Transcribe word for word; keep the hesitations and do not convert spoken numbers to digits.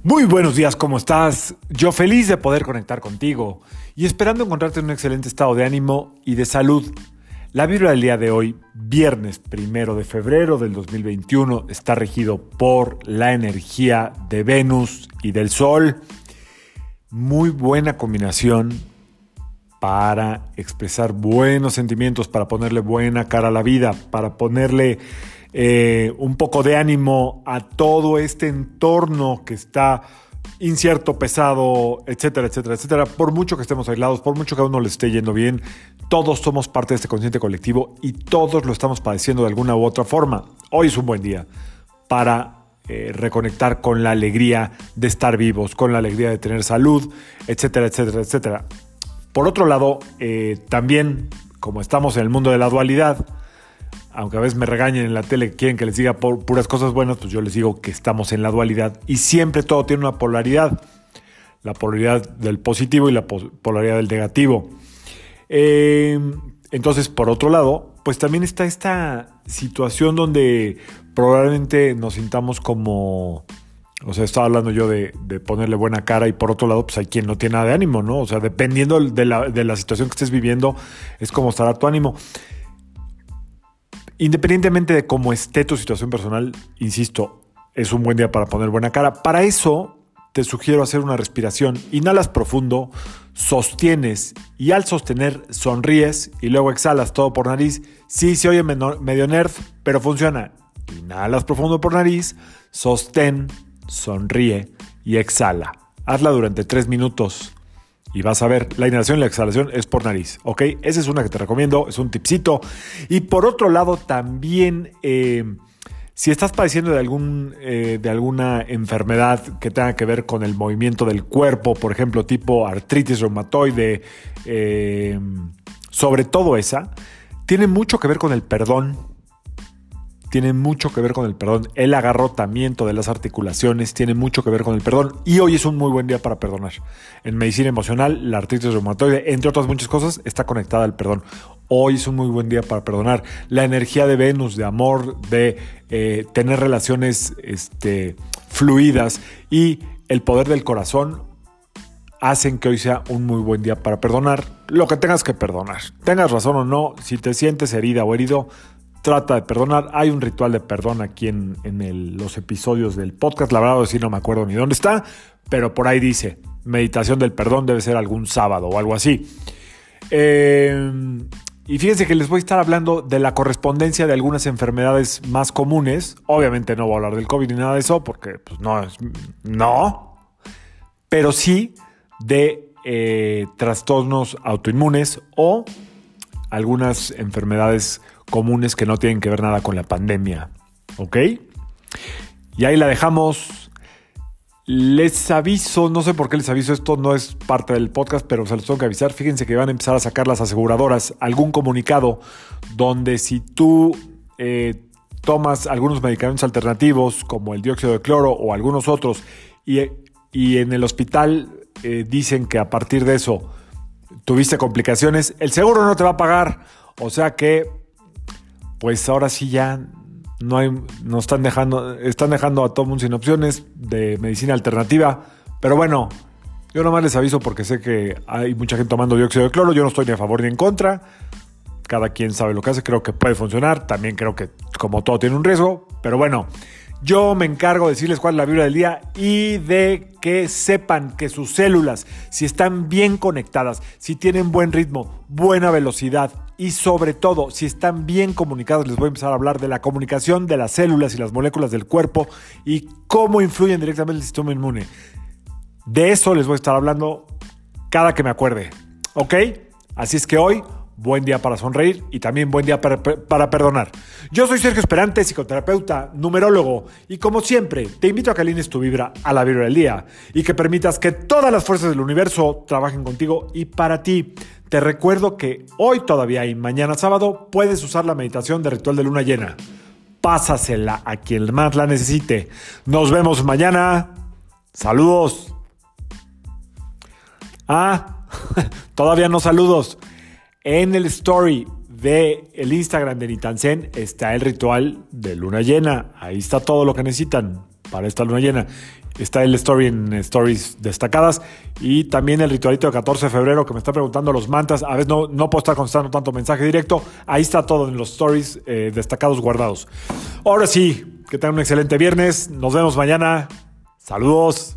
Muy buenos días, ¿cómo estás? Yo feliz de poder conectar contigo y esperando encontrarte en un excelente estado de ánimo y de salud. La vibra del día de hoy, viernes primero de febrero del dos mil veintiuno, está regido por la energía de Venus y del Sol. Muy buena combinación para expresar buenos sentimientos, para ponerle buena cara a la vida, para ponerle eh, un poco de ánimo a todo este entorno que está incierto, pesado, etcétera, etcétera, etcétera. Por mucho que estemos aislados, por mucho que a uno le esté yendo bien, todos somos parte de este consciente colectivo y todos lo estamos padeciendo de alguna u otra forma. Hoy es un buen día para eh, reconectar con la alegría de estar vivos, con la alegría de tener salud, etcétera, etcétera, etcétera. Por otro lado, eh, también, como estamos en el mundo de la dualidad, aunque a veces me regañen en la tele, quieren que les diga por puras cosas buenas, pues yo les digo que estamos en la dualidad y siempre todo tiene una polaridad. La polaridad del positivo y la polaridad del negativo. Eh, entonces, por otro lado, pues también está esta situación donde probablemente nos sintamos como... O sea, estaba hablando yo de, de ponerle buena cara y por otro lado, pues hay quien no tiene nada de ánimo, ¿no? O sea, dependiendo de la, de la situación que estés viviendo, es como estará tu ánimo. Independientemente de cómo esté tu situación personal, insisto, es un buen día para poner buena cara. Para eso te sugiero hacer una respiración. Inhalas profundo, sostienes y al sostener sonríes y luego exhalas todo por nariz. Sí, se oye medio nerd, pero funciona. Inhalas profundo por nariz, sostén, sonríe y exhala. Hazla durante tres minutos. Y vas a ver, la inhalación y la exhalación es por nariz, ¿ok? Esa es una que te recomiendo, es un tipcito. Y por otro lado, también, eh, si estás padeciendo de, algún, eh, de alguna enfermedad que tenga que ver con el movimiento del cuerpo, por ejemplo, tipo artritis reumatoide, eh, sobre todo esa, tiene mucho que ver con el perdón. Tiene mucho que ver con el perdón. El agarrotamiento de las articulaciones tiene mucho que ver con el perdón. Y hoy es un muy buen día para perdonar. En medicina emocional, la artritis reumatoide, entre otras muchas cosas, está conectada al perdón. Hoy es un muy buen día para perdonar. La energía de Venus, de amor, de eh, tener relaciones este, fluidas y el poder del corazón hacen que hoy sea un muy buen día para perdonar lo que tengas que perdonar. Tengas razón o no, si te sientes herida o herido, trata de perdonar. Hay un ritual de perdón aquí en, en el, los episodios del podcast. La verdad, sí no me acuerdo ni dónde está, pero por ahí dice, meditación del perdón, debe ser algún sábado o algo así. Eh, y fíjense que les voy a estar hablando de la correspondencia de algunas enfermedades más comunes. Obviamente no voy a hablar del COVID ni nada de eso, porque pues no es... No. Pero sí de eh, trastornos autoinmunes o algunas enfermedades comunes que no tienen que ver nada con la pandemia, ¿ok? Y ahí la dejamos. Les aviso, no sé por qué les aviso, esto no es parte del podcast, pero se los tengo que avisar. Fíjense que van a empezar a sacar las aseguradoras algún comunicado donde si tú eh, tomas algunos medicamentos alternativos como el dióxido de cloro o algunos otros y, y en el hospital eh, dicen que a partir de eso tuviste complicaciones, el seguro no te va a pagar. O sea que pues ahora sí ya no hay, nos están dejando, están dejando a todo mundo sin opciones de medicina alternativa. Pero bueno, yo nomás les aviso porque sé que hay mucha gente tomando dióxido de cloro. Yo no estoy ni a favor ni en contra. Cada quien sabe lo que hace. Creo que puede funcionar. También creo que como todo tiene un riesgo. Pero bueno, yo me encargo de decirles cuál es la vibra del día y de que sepan que sus células, si están bien conectadas, si tienen buen ritmo, buena velocidad y sobre todo, si están bien comunicadas, les voy a empezar a hablar de la comunicación de las células y las moléculas del cuerpo y cómo influyen directamente en el sistema inmune. De eso les voy a estar hablando cada que me acuerde, ¿ok? Así es que hoy, buen día para sonreír y también buen día para, para perdonar. Yo soy Sergio Esperante, psicoterapeuta, numerólogo, y como siempre, te invito a que alines tu vibra a la vibra del día y que permitas que todas las fuerzas del universo trabajen contigo y para ti. Te recuerdo que hoy todavía y mañana sábado puedes usar la meditación de ritual de luna llena. Pásasela a quien más la necesite. Nos vemos mañana. Saludos. Ah, todavía no saludos. En el story de el Instagram de Nitansen está el ritual de luna llena. Ahí está todo lo que necesitan. para esta luna llena. Está el story en stories destacadas y también el ritualito de catorce de febrero que me está preguntando los mantras. A veces no, no puedo estar contestando tanto mensaje directo. Ahí está todo en los stories eh, destacados guardados. Ahora sí, que tengan un excelente viernes. Nos vemos mañana. Saludos.